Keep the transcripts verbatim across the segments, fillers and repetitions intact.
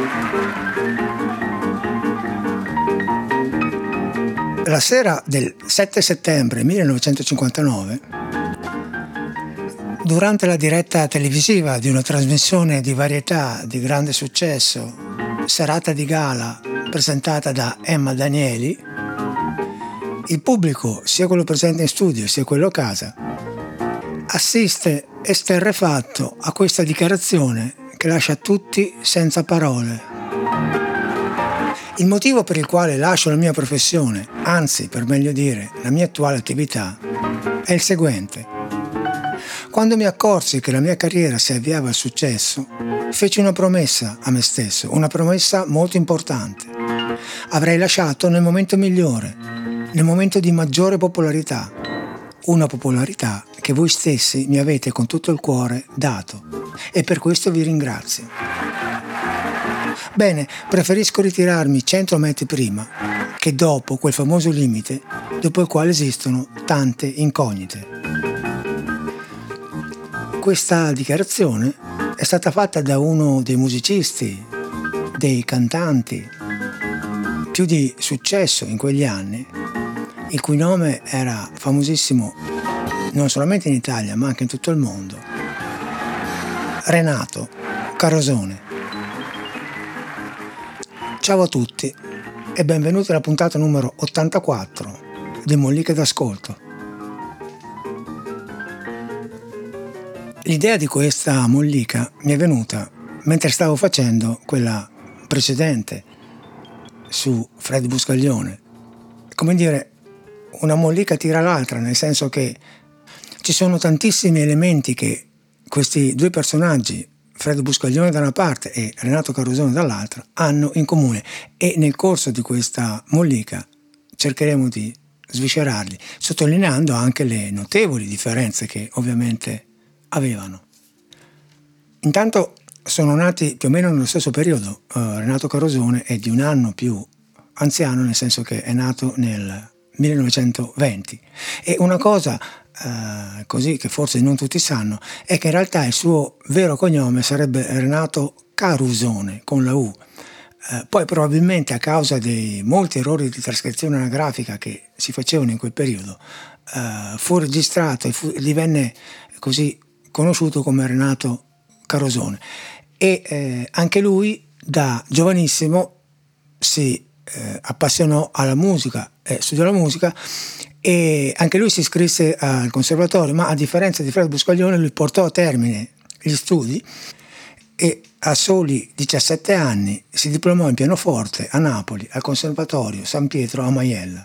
La sera del sette settembre millenovecentocinquantanove, durante la diretta televisiva di una trasmissione di varietà di grande successo, serata di gala presentata da Emma Danieli, il pubblico, sia quello presente in studio sia quello a casa, assiste esterrefatto a questa dichiarazione che lascia tutti senza parole. Il motivo per il quale lascio la mia professione, anzi per meglio dire la mia attuale attività, è il seguente. Quando mi accorsi che la mia carriera si avviava al successo, feci una promessa a me stesso, una promessa molto importante. Avrei lasciato nel momento migliore, nel momento di maggiore popolarità, una popolarità che voi stessi mi avete con tutto il cuore dato, e per questo vi ringrazio. Bene, preferisco ritirarmi cento metri prima che dopo quel famoso limite, dopo il quale esistono tante incognite. Questa dichiarazione è stata fatta da uno dei musicisti, dei cantanti più di successo in quegli anni, il cui nome era famosissimo non solamente in Italia ma anche in tutto il mondo, Renato Carosone. Ciao a tutti e benvenuti alla puntata numero ottantaquattro di Molliche d'Ascolto. L'idea di questa mollica mi è venuta mentre stavo facendo quella precedente su Fred Buscaglione. Come dire, una mollica tira l'altra, nel senso che ci sono tantissimi elementi che questi due personaggi, Fred Buscaglione da una parte e Renato Carosone dall'altra, hanno in comune, e nel corso di questa mollica cercheremo di sviscerarli, sottolineando anche le notevoli differenze che ovviamente avevano. Intanto sono nati più o meno nello stesso periodo. uh, Renato Carosone è di un anno più anziano, nel senso che è nato nel millenovecentoventi, e una cosa Uh, così che forse non tutti sanno è che in realtà il suo vero cognome sarebbe Renato Carusone con la U. Uh, poi probabilmente a causa dei molti errori di trascrizione anagrafica che si facevano in quel periodo uh, fu registrato e fu, divenne così conosciuto come Renato Carosone, e eh, anche lui da giovanissimo si eh, appassionò alla musica, eh, studiò la musica, e anche lui si iscrisse al conservatorio, ma a differenza di Fred Buscaglione lui portò a termine gli studi e a soli diciassette anni si diplomò in pianoforte a Napoli al conservatorio San Pietro a Majella.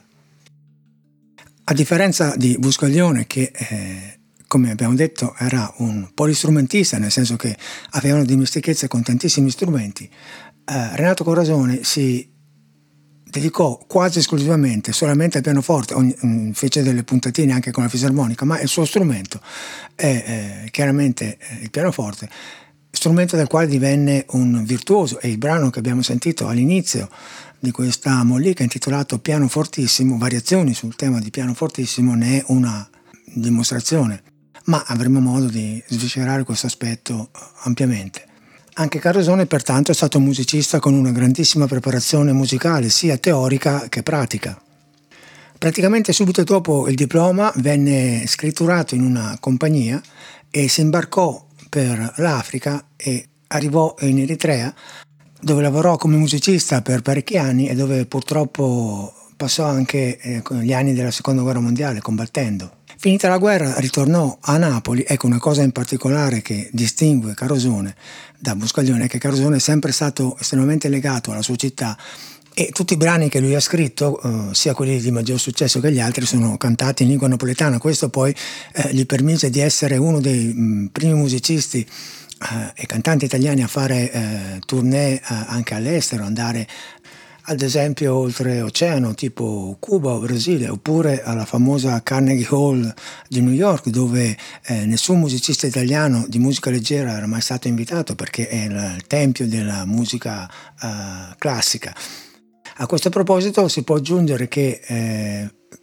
A differenza di Buscaglione, che eh, come abbiamo detto era un polistrumentista, nel senso che aveva una dimestichezza con tantissimi strumenti, eh, Renato Carosone si dedicò quasi esclusivamente solamente al pianoforte. Ogni, mh, fece delle puntatine anche con la fisarmonica, ma il suo strumento è eh, chiaramente eh, il pianoforte, strumento del quale divenne un virtuoso, e il brano che abbiamo sentito all'inizio di questa mollica, intitolato Piano Fortissimo, variazioni sul tema di Piano Fortissimo, ne è una dimostrazione, ma avremo modo di sviscerare questo aspetto ampiamente. Anche Carosone pertanto è stato un musicista con una grandissima preparazione musicale, sia teorica che pratica. Praticamente subito dopo il diploma venne scritturato in una compagnia e si imbarcò per l'Africa e arrivò in Eritrea, dove lavorò come musicista per parecchi anni e dove purtroppo passò anche eh, gli anni della seconda guerra mondiale combattendo. Finita la guerra ritornò a Napoli. Ecco, una cosa in particolare che distingue Carosone da Buscaglione è che Carosone è sempre stato estremamente legato alla sua città, e tutti i brani che lui ha scritto, eh, sia quelli di maggior successo che gli altri, sono cantati in lingua napoletana. Questo poi eh, gli permise di essere uno dei mh, primi musicisti eh, e cantanti italiani a fare eh, tournée eh, anche all'estero, andare ad esempio oltreoceano, tipo Cuba o Brasile, oppure alla famosa Carnegie Hall di New York, dove eh, nessun musicista italiano di musica leggera era mai stato invitato, perché è il, il tempio della musica eh, classica. A questo proposito si può aggiungere che eh,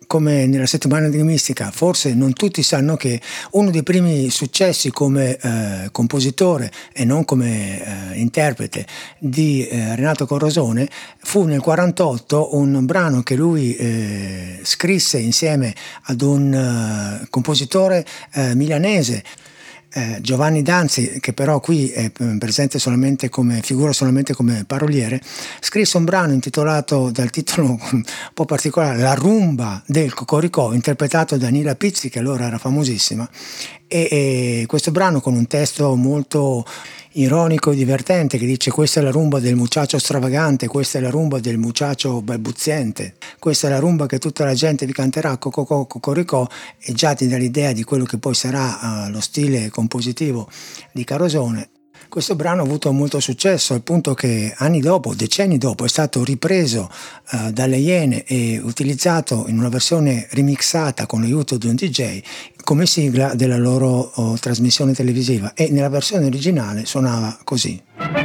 come nella settimana di Mistica, forse non tutti sanno che uno dei primi successi come eh, compositore e non come eh, interprete di eh, Renato Carosone fu nel quarantotto un brano che lui eh, scrisse insieme ad un eh, compositore eh, milanese, Eh, Giovanni Danzi, che però qui è presente solamente come figura solamente come paroliere, scrisse un brano intitolato, dal titolo un po' particolare, La rumba del Cocoricò, interpretato da Nila Pizzi, che allora era famosissima, e, e questo brano con un testo molto ironico e divertente che dice: questa è la rumba del muchacho stravagante, questa è la rumba del muchacho balbuziente, questa è la rumba che tutta la gente vi canterà cococò cocoricò, e già ti dà l'idea di quello che poi sarà uh, lo stile compositivo di Carosone. Questo brano ha avuto molto successo, al punto che anni dopo, decenni dopo, è stato ripreso uh, dalle Iene e utilizzato in una versione remixata con l'aiuto di un D J come sigla della loro oh, trasmissione televisiva, e nella versione originale suonava così.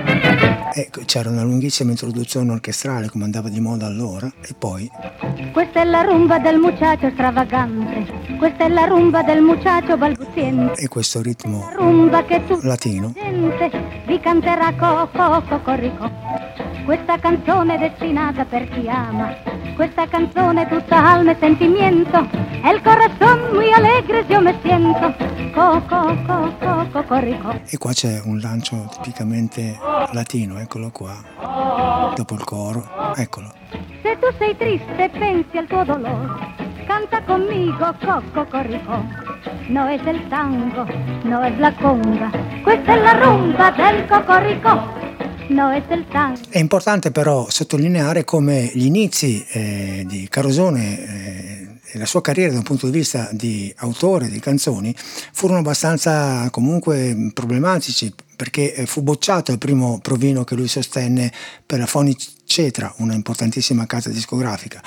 E c'era una lunghissima introduzione orchestrale come andava di moda allora, e poi questa è la rumba del muchacho stravagante, questa è la rumba del muchacho balbuziente, e questo ritmo rumba che tu latino gente vi canterà coco cocoricò. Questa canzone è destinata per chi ama, questa canzone è tutta alma e sentimento, el corazón muy alegre yo me siento, coco coco cocoricò. E qua c'è un lancio tipicamente latino, eccolo qua, dopo il coro, eccolo. Se tu sei triste e pensi al tuo dolore, canta conmigo coco coricò. No es el tango, no es la conga, questa è la rumba del cocoricò. No, è il tango. È importante però sottolineare come gli inizi eh, di Carosone eh, e la sua carriera da un punto di vista di autore di canzoni furono abbastanza comunque problematici, perché fu bocciato il primo provino che lui sostenne per la Fonicetra, una importantissima casa discografica,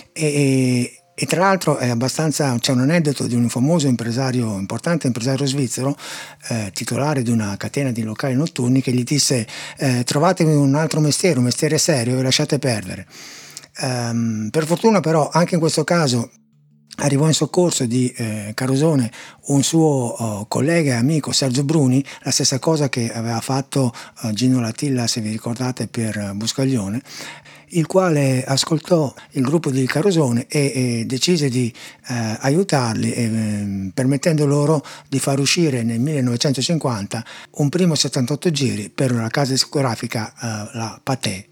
e, e tra l'altro è abbastanza, c'è un aneddoto di un famoso impresario, importante impresario svizzero, eh, titolare di una catena di locali notturni, che gli disse eh, trovatevi un altro mestiere, un mestiere serio, e lasciate perdere. Um, per fortuna però anche in questo caso arrivò in soccorso di eh, Carosone un suo oh, collega e amico, Sergio Bruni, la stessa cosa che aveva fatto uh, Gino Latilla, se vi ricordate, per uh, Buscaglione, il quale ascoltò il gruppo di Carosone e, e decise di eh, aiutarli, eh, permettendo loro di far uscire nel millenovecentocinquanta un primo settantotto giri per la casa discografica eh, la Pathé.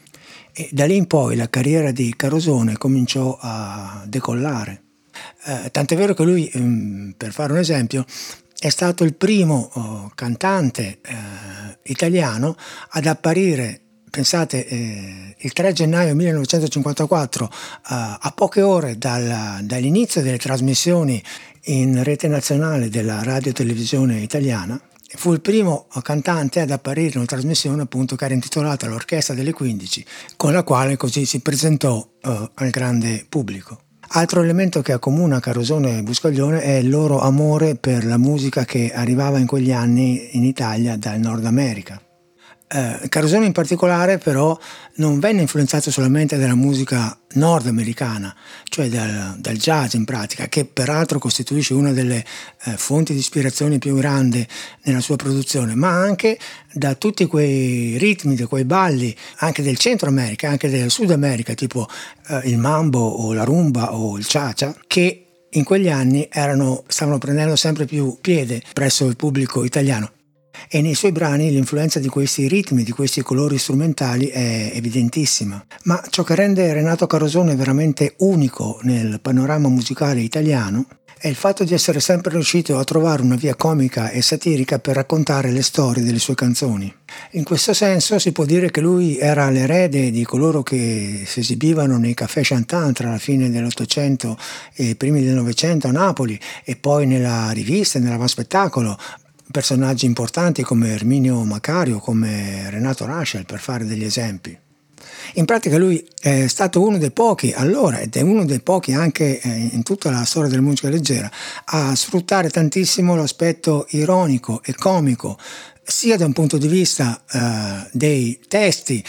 E da lì in poi la carriera di Carosone cominciò a decollare. Eh, tant'è vero che lui, ehm, per fare un esempio, è stato il primo oh, cantante eh, italiano ad apparire, pensate, eh, il tre gennaio millenovecentocinquantaquattro, eh, a poche ore dal, dall'inizio delle trasmissioni in rete nazionale della radio e televisione italiana. Fu il primo cantante ad apparire in una trasmissione appunto che era intitolata L'Orchestra delle quindici, con la quale così si presentò eh, al grande pubblico. Altro elemento che accomuna Carosone e Buscaglione è il loro amore per la musica che arrivava in quegli anni in Italia dal Nord America. Eh, Carosone in particolare però non venne influenzato solamente dalla musica nordamericana, cioè dal, dal jazz in pratica, che peraltro costituisce una delle eh, fonti di ispirazione più grande nella sua produzione, ma anche da tutti quei ritmi, da quei balli anche del Centro America, anche del Sud America, tipo eh, il mambo o la rumba o il cha-cha, che in quegli anni erano, stavano prendendo sempre più piede presso il pubblico italiano. E nei suoi brani l'influenza di questi ritmi, di questi colori strumentali è evidentissima. Ma ciò che rende Renato Carosone veramente unico nel panorama musicale italiano è il fatto di essere sempre riuscito a trovare una via comica e satirica per raccontare le storie delle sue canzoni. In questo senso si può dire che lui era l'erede di coloro che si esibivano nei caffè chantant tra la fine dell'Ottocento e i primi del Novecento a Napoli, e poi nella rivista e nell'avanspettacolo, personaggi importanti come Erminio Macario, come Renato Raschel, per fare degli esempi. In pratica lui è stato uno dei pochi allora, ed è uno dei pochi anche in tutta la storia della musica leggera, a sfruttare tantissimo l'aspetto ironico e comico, sia da un punto di vista eh, dei testi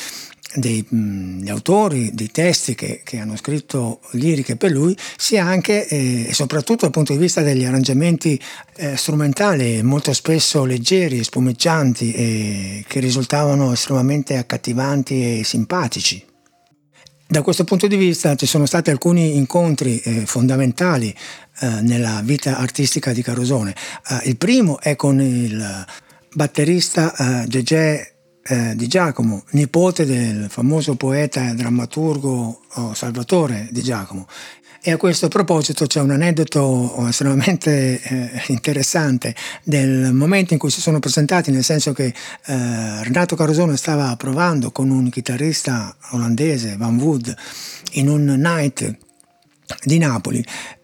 degli autori, dei testi che, che hanno scritto liriche per lui, sia anche eh, e soprattutto dal punto di vista degli arrangiamenti eh, strumentali, molto spesso leggeri, spumeggianti, e che risultavano estremamente accattivanti e simpatici. Da questo punto di vista ci sono stati alcuni incontri eh, fondamentali eh, nella vita artistica di Carosone. Eh, il primo è con il batterista eh, Gegè eh, Di Giacomo, nipote del famoso poeta e drammaturgo oh, Salvatore Di Giacomo. E a questo proposito c'è un aneddoto estremamente eh, interessante del momento in cui si sono presentati, nel senso che eh, Renato Carosone stava provando con un chitarrista olandese, Van Wood, in un night di Napoli,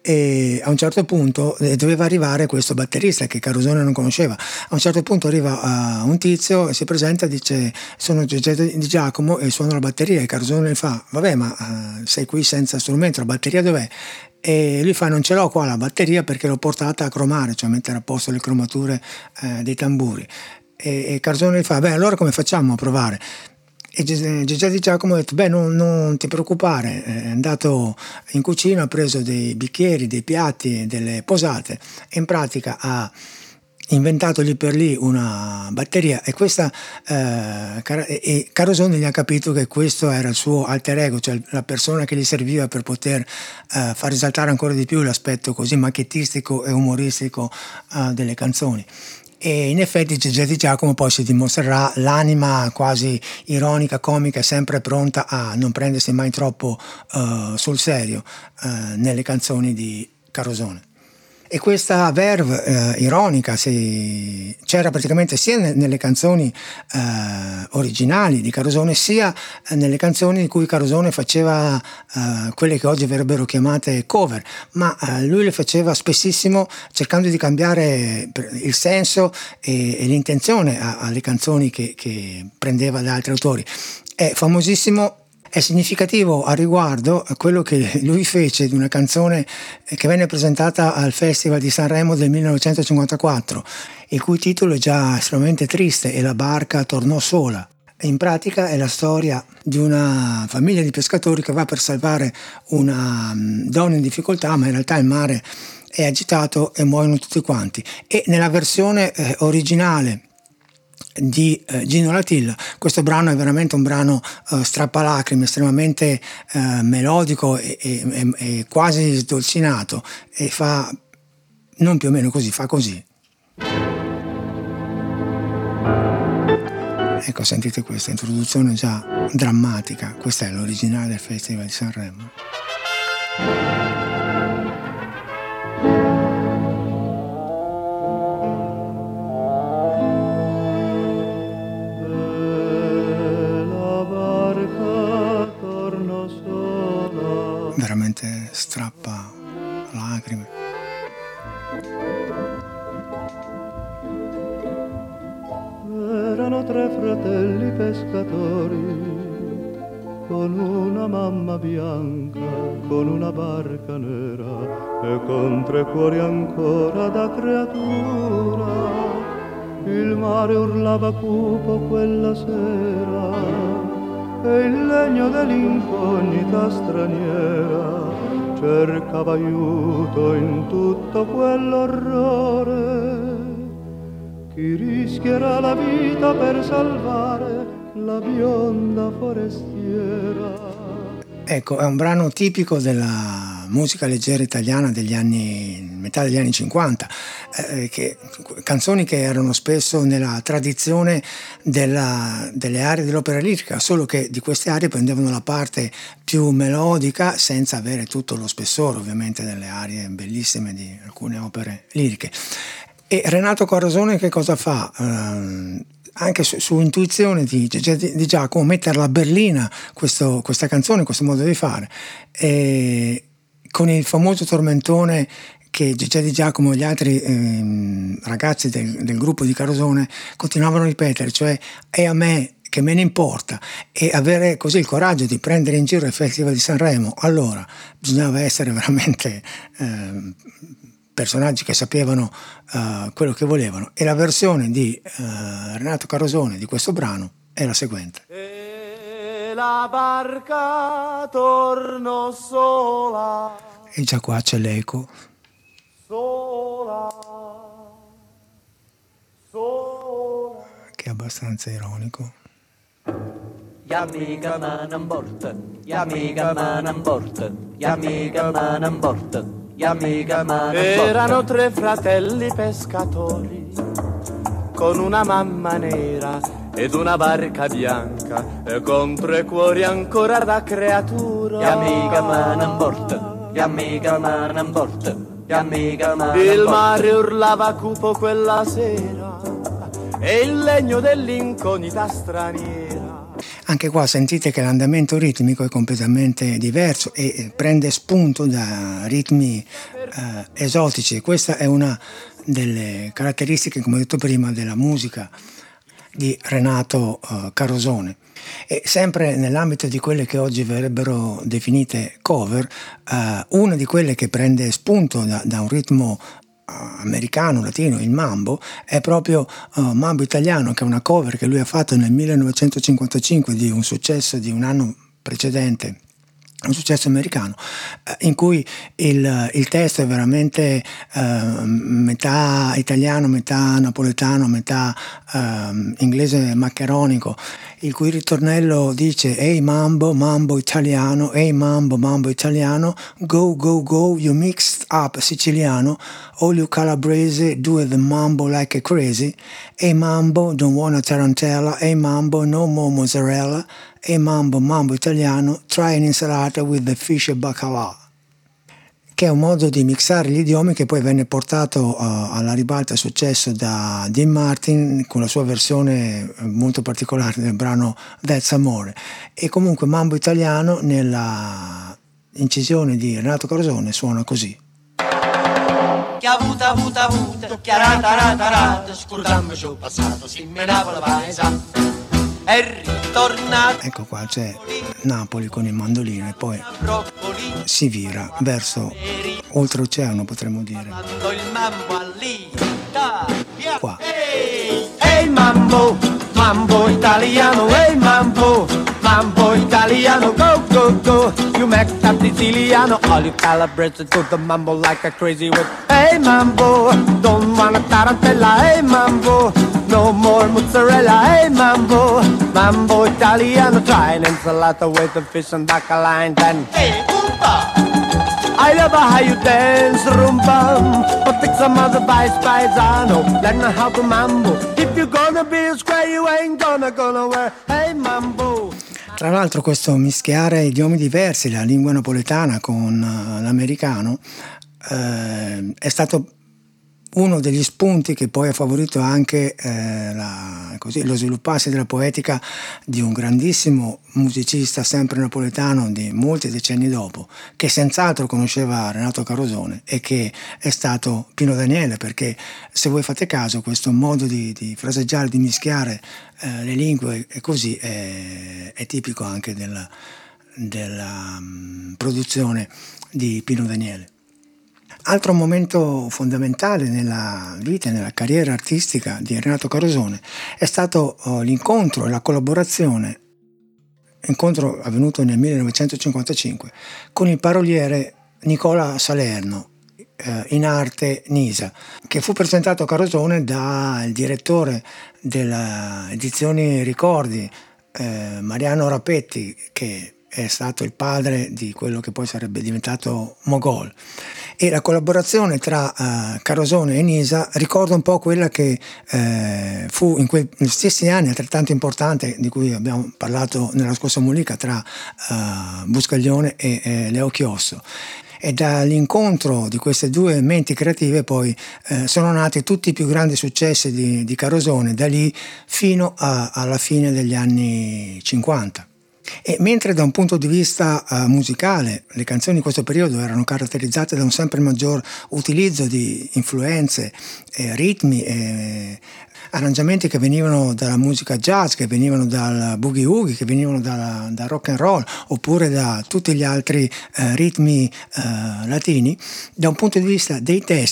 e a un certo punto eh, doveva arrivare questo batterista che Carosone non conosceva. A un certo punto arriva uh, un tizio e si presenta e dice: sono Gegè Di Giacomo e suono la batteria. E Carosone gli fa: vabbè, ma uh, sei qui senza strumento, la batteria dov'è? E lui fa: non ce l'ho qua la batteria perché l'ho portata a cromare, cioè a mettere a posto le cromature uh, dei tamburi. E, e Carosone gli fa: beh, allora come facciamo a provare? E Gegè Di Giacomo ha detto: beh, non, non ti preoccupare, è andato in cucina, ha preso dei bicchieri, dei piatti, delle posate, e in pratica ha inventato lì per lì una batteria, e questa eh, e Carosone gli ha capito che questo era il suo alter ego, cioè la persona che gli serviva per poter eh, far risaltare ancora di più l'aspetto così macchettistico e umoristico eh, delle canzoni. E in effetti Gegè Di Giacomo poi si dimostrerà l'anima quasi ironica, comica, sempre pronta a non prendersi mai troppo uh, sul serio uh, nelle canzoni di Carosone. E questa verve eh, ironica si, c'era praticamente sia ne, nelle canzoni eh, originali di Carosone, sia eh, nelle canzoni di cui Carosone faceva eh, quelle che oggi verrebbero chiamate cover, ma eh, lui le faceva spessissimo cercando di cambiare il senso e, e l'intenzione a, alle canzoni che, che prendeva da altri autori. È famosissimo. È significativo a riguardo quello che lui fece di una canzone che venne presentata al Festival di Sanremo del millenovecentocinquantaquattro, il cui titolo è già estremamente triste: E la barca tornò sola. In pratica è la storia di una famiglia di pescatori che va per salvare una donna in difficoltà, ma in realtà il mare è agitato e muoiono tutti quanti. E nella versione eh, originale di eh, Gino Latilla, questo brano è veramente un brano eh, strappalacrime, estremamente eh, melodico e, e, e quasi sdolcinato, e fa non più o meno così, fa così. Ecco, sentite questa introduzione già drammatica. Questa è l'originale del Festival di Sanremo. Veramente strappa lacrime. Erano tre fratelli pescatori, con una mamma bianca, con una barca nera e con tre cuori ancora da creatura. Il mare urlava cupo quella sera e il legno dell'incognita straniera cercava aiuto in tutto quell'orrore. Chi rischierà la vita per salvare la bionda forestiera? Ecco, è un brano tipico della musica leggera italiana degli anni, metà degli anni cinquanta, eh, che, canzoni che erano spesso nella tradizione della, delle aree dell'opera lirica, solo che di queste aree prendevano la parte più melodica senza avere tutto lo spessore ovviamente delle aree bellissime di alcune opere liriche. E Renato Carosone che cosa fa? Uh, anche su, su intuizione di Gegè Di Giacomo mette alla berlina questo, questa canzone, questo modo di fare, e con il famoso tormentone che Gegè Di Giacomo e gli altri eh, ragazzi del, del gruppo di Carosone continuavano a ripetere, cioè è a me che me ne importa, e avere così il coraggio di prendere in giro il Festival di Sanremo. Allora bisognava essere veramente eh, personaggi che sapevano uh, quello che volevano, e la versione di uh, Renato Carosone di questo brano è la seguente. E e la barca tornò sola. E già qua c'è l'eco. Sola. Sola. Che è abbastanza ironico. Yamiga man on board, Yamiga man on board, Yamiga man on board, Yamiga man on board. Erano tre fratelli pescatori con una mamma nera ed una barca bianca e con tre cuori ancora da creatura. Yamiga man on board, Yamiga man on board, Yamiga man on board. Il mare urlava cupo quella sera e il legno dell'incognita straniera. Anche qua sentite che l'andamento ritmico è completamente diverso e prende spunto da ritmi eh, esotici. Questa è una delle caratteristiche, come ho detto prima, della musica di Renato eh, Carosone. E sempre nell'ambito di quelle che oggi verrebbero definite cover, eh, una di quelle che prende spunto da, da un ritmo americano, latino, il mambo, è proprio uh, Mambo Italiano, che è una cover che lui ha fatto nel millenovecentocinquantacinque di un successo di un anno precedente, un successo americano, eh, in cui il, il testo è veramente eh, metà italiano, metà napoletano, metà eh, inglese maccheronico, il cui ritornello dice ehi mambo, mambo italiano, ehi mambo, mambo italiano, go, go, go, you mixed up siciliano, all you calabrese do the mambo like a crazy, ehi mambo, don't wanna tarantella, ehi mambo, no more mozzarella, e mambo, mambo italiano, try an insalata with the fish e bacalà, che è un modo di mixare gli idiomi che poi venne portato uh, alla ribalta al successo da Dean Martin con la sua versione molto particolare del brano That's Amore. E comunque Mambo Italiano nella incisione di Renato Carosone suona così. Chiavuta, vuta, vuta, chiarata, rata, rata, scordandoci il passato, si menava la paesa. È ritornato. Ecco qua c'è Napoli con il mandolino e poi si vira verso oltreoceano, potremmo dire. Qua. Ehi mambo, mambo italiano, ehi mambo, mambo italiano, go go go, you make that Siciliano, all you calabrese do the mambo like a crazy with. Hey mambo, don't wanna tarantella, hey mambo, no more mozzarella, hey mambo, mambo italiano, try an insalata with the fish and bacalà and then hey umba. I love how you dance rumba, but take some other vice paisano, learn how to mambo. If you're gonna be a square, you ain't gonna gonna wear. Hey mambo. Tra l'altro questo mischiare idiomi diversi, la lingua napoletana con uh, l'americano, eh, è stato uno degli spunti che poi ha favorito anche eh, la, così, lo svilupparsi della poetica di un grandissimo musicista sempre napoletano di molti decenni dopo, che senz'altro conosceva Renato Carosone e che è stato Pino Daniele, perché se voi fate caso questo modo di, di fraseggiare, di mischiare eh, le lingue e così è, è tipico anche della, della um, produzione di Pino Daniele. Altro momento fondamentale nella vita e nella carriera artistica di Renato Carosone è stato uh, l'incontro e la collaborazione, incontro avvenuto nel millenovecentocinquantacinque, con il paroliere Nicola Salerno, eh, in arte Nisa, che fu presentato a Carosone dal direttore delle edizioni Ricordi, eh, Mariano Rapetti, che è stato il padre di quello che poi sarebbe diventato Mogol. E la collaborazione tra uh, Carosone e Nisa ricorda un po' quella che eh, fu in quegli stessi anni altrettanto importante, di cui abbiamo parlato nella scorsa Mollica, tra uh, Buscaglione e eh, Leo Chiosso. E dall'incontro di queste due menti creative poi eh, sono nati tutti i più grandi successi di, di Carosone, da lì fino a, alla fine degli anni cinquanta. E mentre da un punto di vista uh, musicale le canzoni di questo periodo erano caratterizzate da un sempre maggior utilizzo di influenze, eh, ritmi e arrangiamenti che venivano dalla musica jazz, che venivano dal boogie woogie, che venivano dal, dal rock and roll, oppure da tutti gli altri eh, ritmi eh, latini, da un punto di vista dei testi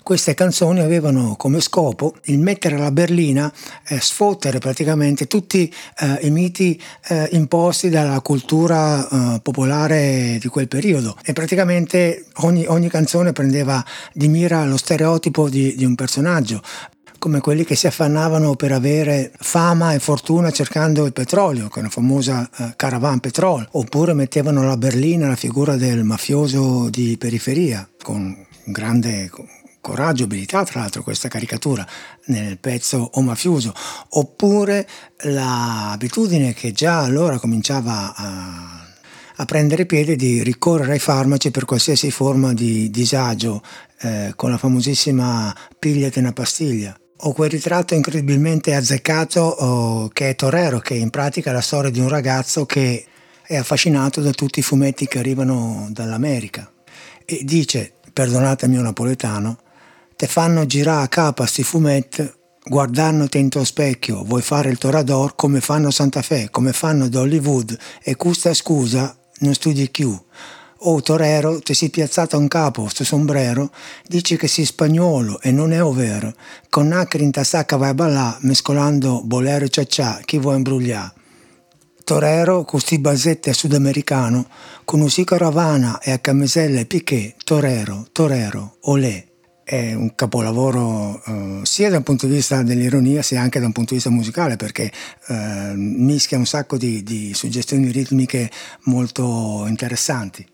Queste canzoni avevano come scopo il mettere alla berlina, eh, sfottere praticamente tutti eh, i miti eh, imposti dalla cultura eh, popolare di quel periodo, e praticamente ogni, ogni canzone prendeva di mira lo stereotipo di, di un personaggio, come quelli che si affannavano per avere fama e fortuna cercando il petrolio, con la famosa eh, Caravan Petrol, oppure mettevano alla berlina la figura del mafioso di periferia, con grande coraggio e abilità, tra l'altro, questa caricatura nel pezzo O Mafioso, oppure l'abitudine che già allora cominciava a, a prendere piede di ricorrere ai farmaci per qualsiasi forma di disagio, eh, con la famosissima pigliate una pastiglia. O quel ritratto incredibilmente azzeccato oh, che è Torero, che in pratica è la storia di un ragazzo che è affascinato da tutti i fumetti che arrivano dall'America e dice, perdonatemi un napoletano, te fanno girare a capo sti fumetti, guardandoti in tuo specchio, vuoi fare il torador come fanno a Santa Fe, come fanno ad Hollywood, e questa scusa non studi più. O Torero, ti si piazzato un capo, sto sombrero, dici che sei spagnolo e non è ovvero, con nacri in tasacca vai a ballare, mescolando bolero e ciaccià, chi vuoi imbrugliare. Torero, con sti basetti a sudamericano, con un sicaro Havana e a camiselle piqué, Torero, Torero, olè. È un capolavoro eh, sia da un punto di vista dell'ironia sia anche da un punto di vista musicale, perché eh, mischia un sacco di, di suggestioni ritmiche molto interessanti.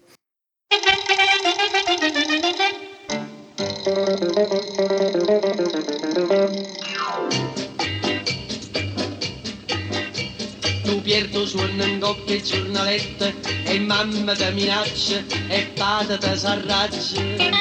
Tu pierdo suono in coppia il giornaletto e mamma ti minaccia e padre ti s'arraggia.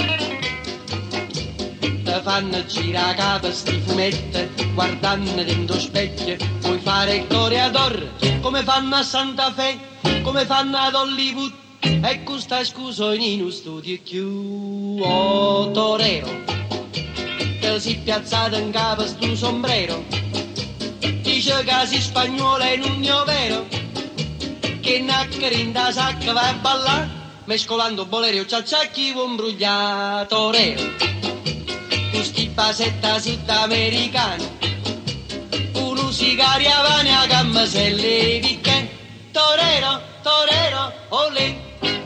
Te fanno girare a capo sti fumetti, guardando dentro specchio, puoi fare il coreador come fanno a Santa Fe, come fanno ad Hollywood, e questa scusa in uno studio più. Oh Torero, te si piazzato in capo sto sombrero, dice che si spagnolo e non è vero, che naccari in da sacca vai a ballare, mescolando bolero e ciacciacchi vuoi imbrugliare. Torero, questi basetta sudamericani, uno sigari avani a gammaselle picche. Torero, Torero, olè.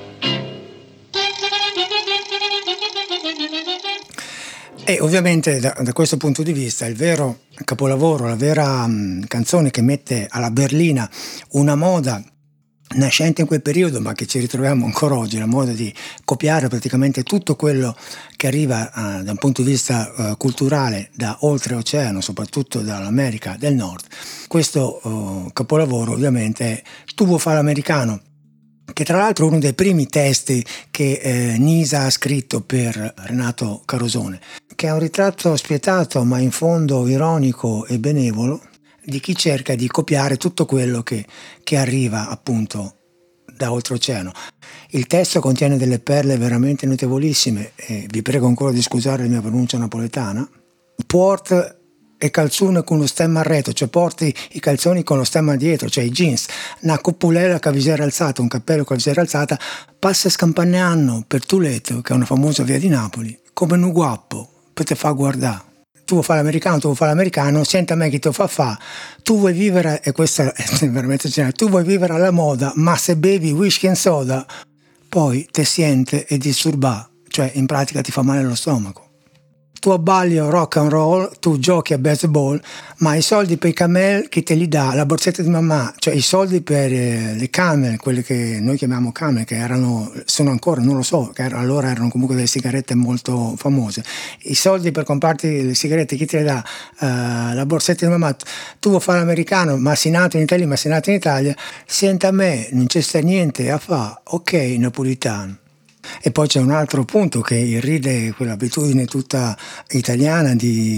E ovviamente da, da questo punto di vista il vero capolavoro, la vera mh, canzone che mette alla berlina una moda nascente in quel periodo ma che ci ritroviamo ancora oggi, la moda di copiare praticamente tutto quello che arriva uh, da un punto di vista uh, culturale da oltreoceano, soprattutto dall'America del Nord. Questo uh, capolavoro ovviamente è Tu vuoi fare l'americano, che tra l'altro è uno dei primi testi che eh, Nisa ha scritto per Renato Carosone, che è un ritratto spietato ma in fondo ironico e benevolo di chi cerca di copiare tutto quello che, che arriva appunto da oltreoceano. Il testo contiene delle perle veramente notevolissime e vi prego ancora di scusare la mia pronuncia napoletana. Port e calzone con lo stemma a retro, cioè porti i calzoni con lo stemma dietro, cioè i jeans, una coppulella con la visiera alzata, un cappello con la visiera alzata, passa scampaneando per tu letto, che è una famosa via di Napoli, come un guappo, per te fa guardare. Tu vuoi fare l'americano, tu vuoi fare l'americano, senta a me chi te lo fa fa, tu vuoi vivere, e questa è veramente generale, tu vuoi vivere alla moda, ma se bevi whisky and soda, poi te siente e disturba, cioè in pratica ti fa male allo stomaco. Tu abballi a rock and roll, tu giochi a baseball, ma i soldi per i camel chi te li dà? La borsetta di mamma, cioè i soldi per eh, le camel, quelle che noi chiamiamo camel, che erano, sono ancora, non lo so, che allora erano comunque delle sigarette molto famose. I soldi per comprarti le sigarette chi te le dà? Uh, la borsetta di mamma. Tu vuoi fare l'americano, ma sei nato in Italia, ma sei nato in Italia, senta a me, non c'è sta niente a fa, ok, napolitano. E poi c'è un altro punto che irride quell'abitudine tutta italiana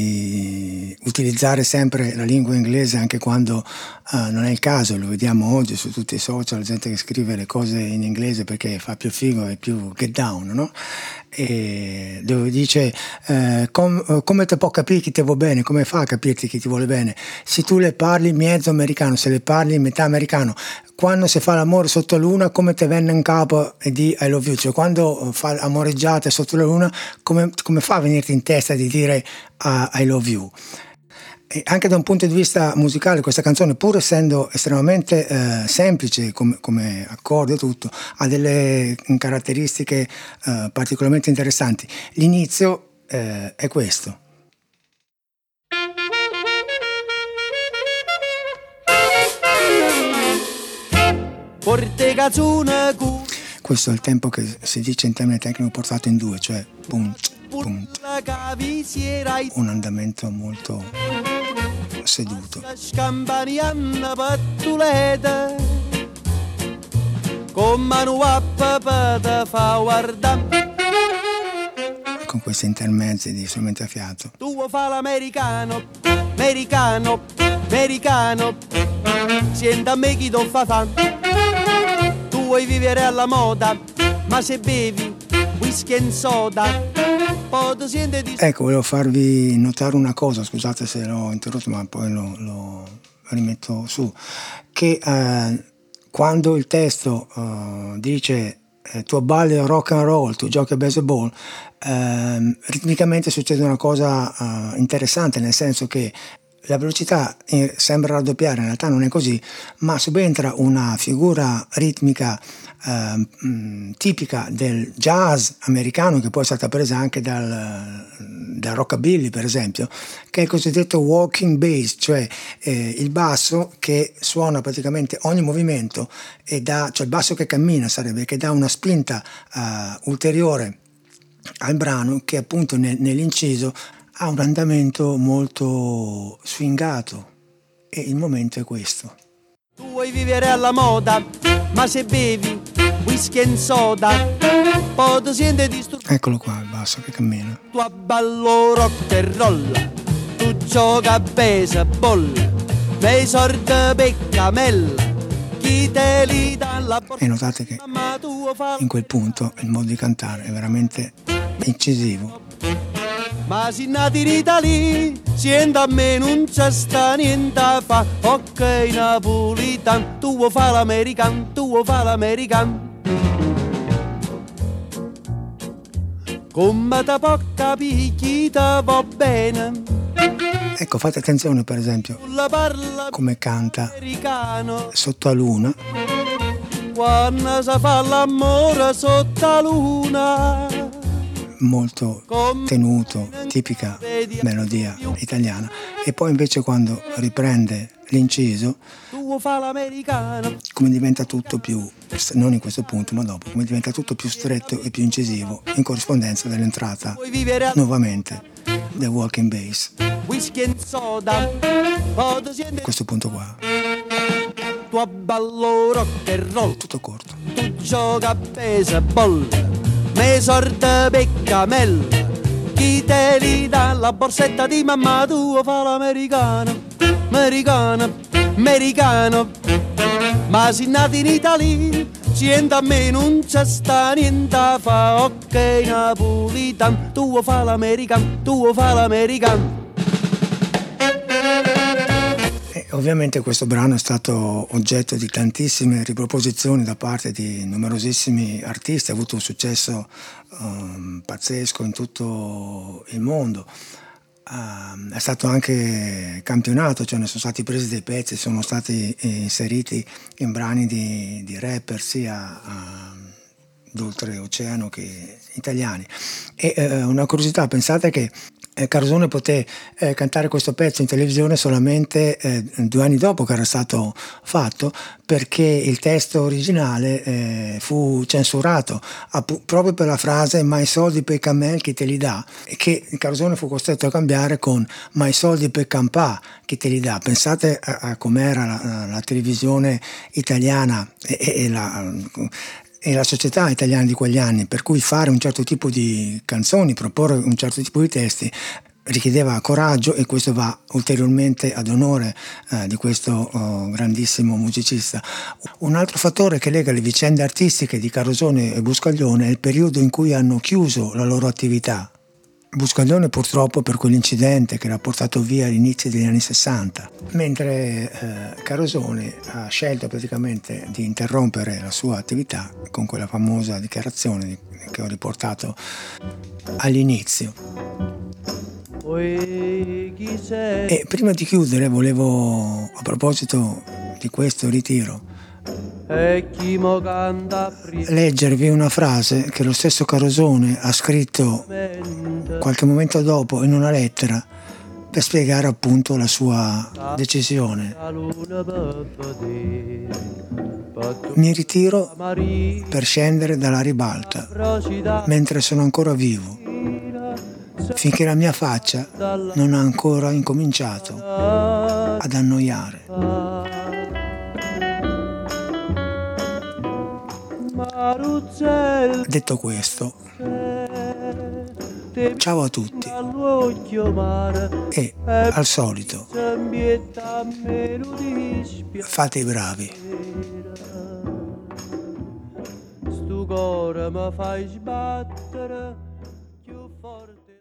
di utilizzare sempre la lingua inglese anche quando uh, non è il caso. Lo vediamo oggi su tutti i social, gente che scrive le cose in inglese perché fa più figo e più get down, no? E dove dice eh, com, come te può capire chi ti vuole bene, come fa a capirti chi ti vuole bene? Se tu le parli mezzo americano, se le parli metà americano, quando si fa l'amore sotto la luna, come te venne in capo e di I love you, cioè quando fa amoreggiate sotto la luna, come, come fa a venirti in testa di dire uh, I love you? E anche da un punto di vista musicale questa canzone, pur essendo estremamente eh, semplice come, come accordo e tutto, ha delle caratteristiche eh, particolarmente interessanti. L'inizio eh, è questo. Questo è il tempo che si dice in termini tecnico portato in due, cioè punt, punt. Un andamento molto seduto. Con questi intermezzi di strumenti a fiato. Tu fa l'americano, americano, americano. Sienta a me chi tu fa fa. Tu vuoi vivere alla moda, ma se bevi whisky e soda. Ecco, volevo farvi notare una cosa, scusate se l'ho interrotto, ma poi lo, lo rimetto su, che eh, quando il testo eh, dice eh, tu balli rock and roll, tu giochi a baseball, eh, ritmicamente succede una cosa eh, interessante, nel senso che la velocità sembra raddoppiare, in realtà non è così, ma subentra una figura ritmica eh, tipica del jazz americano, che poi è stata presa anche dal, dal rockabilly per esempio, che è il cosiddetto walking bass, cioè eh, il basso che suona praticamente ogni movimento e dà, cioè il basso che cammina sarebbe, che dà una spinta eh, ulteriore al brano, che appunto nel, nell'inciso ha un andamento molto swingato, e il momento è questo. Tu vuoi vivere alla moda, ma se bevi whisky e soda, poi ti senti disturbato. Eccolo qua il basso che cammina. Tu ballo rock e roll, tu gioca a baseball, nei sordi peccamella, chi te li dà la porta. E notate che in quel punto il modo di cantare è veramente incisivo. Ma si nati in Italia, sienta a me non c'è sta niente a fa. Ok napolitan, tu vuoi fa l'american, tu vuoi fa l'american. Come te può capire chi te va bene. Ecco, fate attenzione per esempio come canta sotto la luna. Quando si fa l'amore sotto la luna, molto tenuto, tipica melodia italiana, e poi invece quando riprende l'inciso, come diventa tutto più, non in questo punto ma dopo, come diventa tutto più stretto e più incisivo in corrispondenza dell'entrata nuovamente del walking bass. A questo punto qua tu ballo rock e roll, tutto corto, tu gioca a baseball, me sorte peccamella, chi te li dà la borsetta di mamma tua fa l'americano, americano, americano. Ma si nati in Italia, sienta a me non c'è sta niente a fa. Ok napolitan, tu fa l'americano, tu fa l'americano. Ovviamente questo brano è stato oggetto di tantissime riproposizioni da parte di numerosissimi artisti, ha avuto un successo um, pazzesco in tutto il mondo. Um, è stato anche campionato, cioè ne sono stati presi dei pezzi, sono stati inseriti in brani di, di rapper sia uh, d'oltreoceano che italiani. E uh, una curiosità, pensate che Eh, Carosone poté eh, cantare questo pezzo in televisione solamente eh, due anni dopo che era stato fatto, perché il testo originale eh, fu censurato appu- proprio per la frase "ma i soldi per camel chi te li dà", e che Carosone fu costretto a cambiare con "ma i soldi per campà chi te li dà". Pensate a, a com'era la, la televisione italiana e, e, e la e la società italiana di quegli anni, per cui fare un certo tipo di canzoni, proporre un certo tipo di testi richiedeva coraggio, e questo va ulteriormente ad onore eh, di questo oh, grandissimo musicista. Un altro fattore che lega le vicende artistiche di Carosone e Buscaglione è il periodo in cui hanno chiuso la loro attività. Buscaglione purtroppo per quell'incidente che l'ha portato via all'inizio degli anni sessanta, mentre eh, Carosone ha scelto praticamente di interrompere la sua attività con quella famosa dichiarazione di, che ho riportato all'inizio. E prima di chiudere volevo, a proposito di questo ritiro, leggervi una frase che lo stesso Carosone ha scritto qualche momento dopo in una lettera per spiegare appunto la sua decisione. Mi ritiro per scendere dalla ribalta mentre sono ancora vivo, finché la mia faccia non ha ancora incominciato ad annoiare. Detto questo, ciao a tutti e al solito fate i bravi. Stu cuore mi fai sbattere più forte.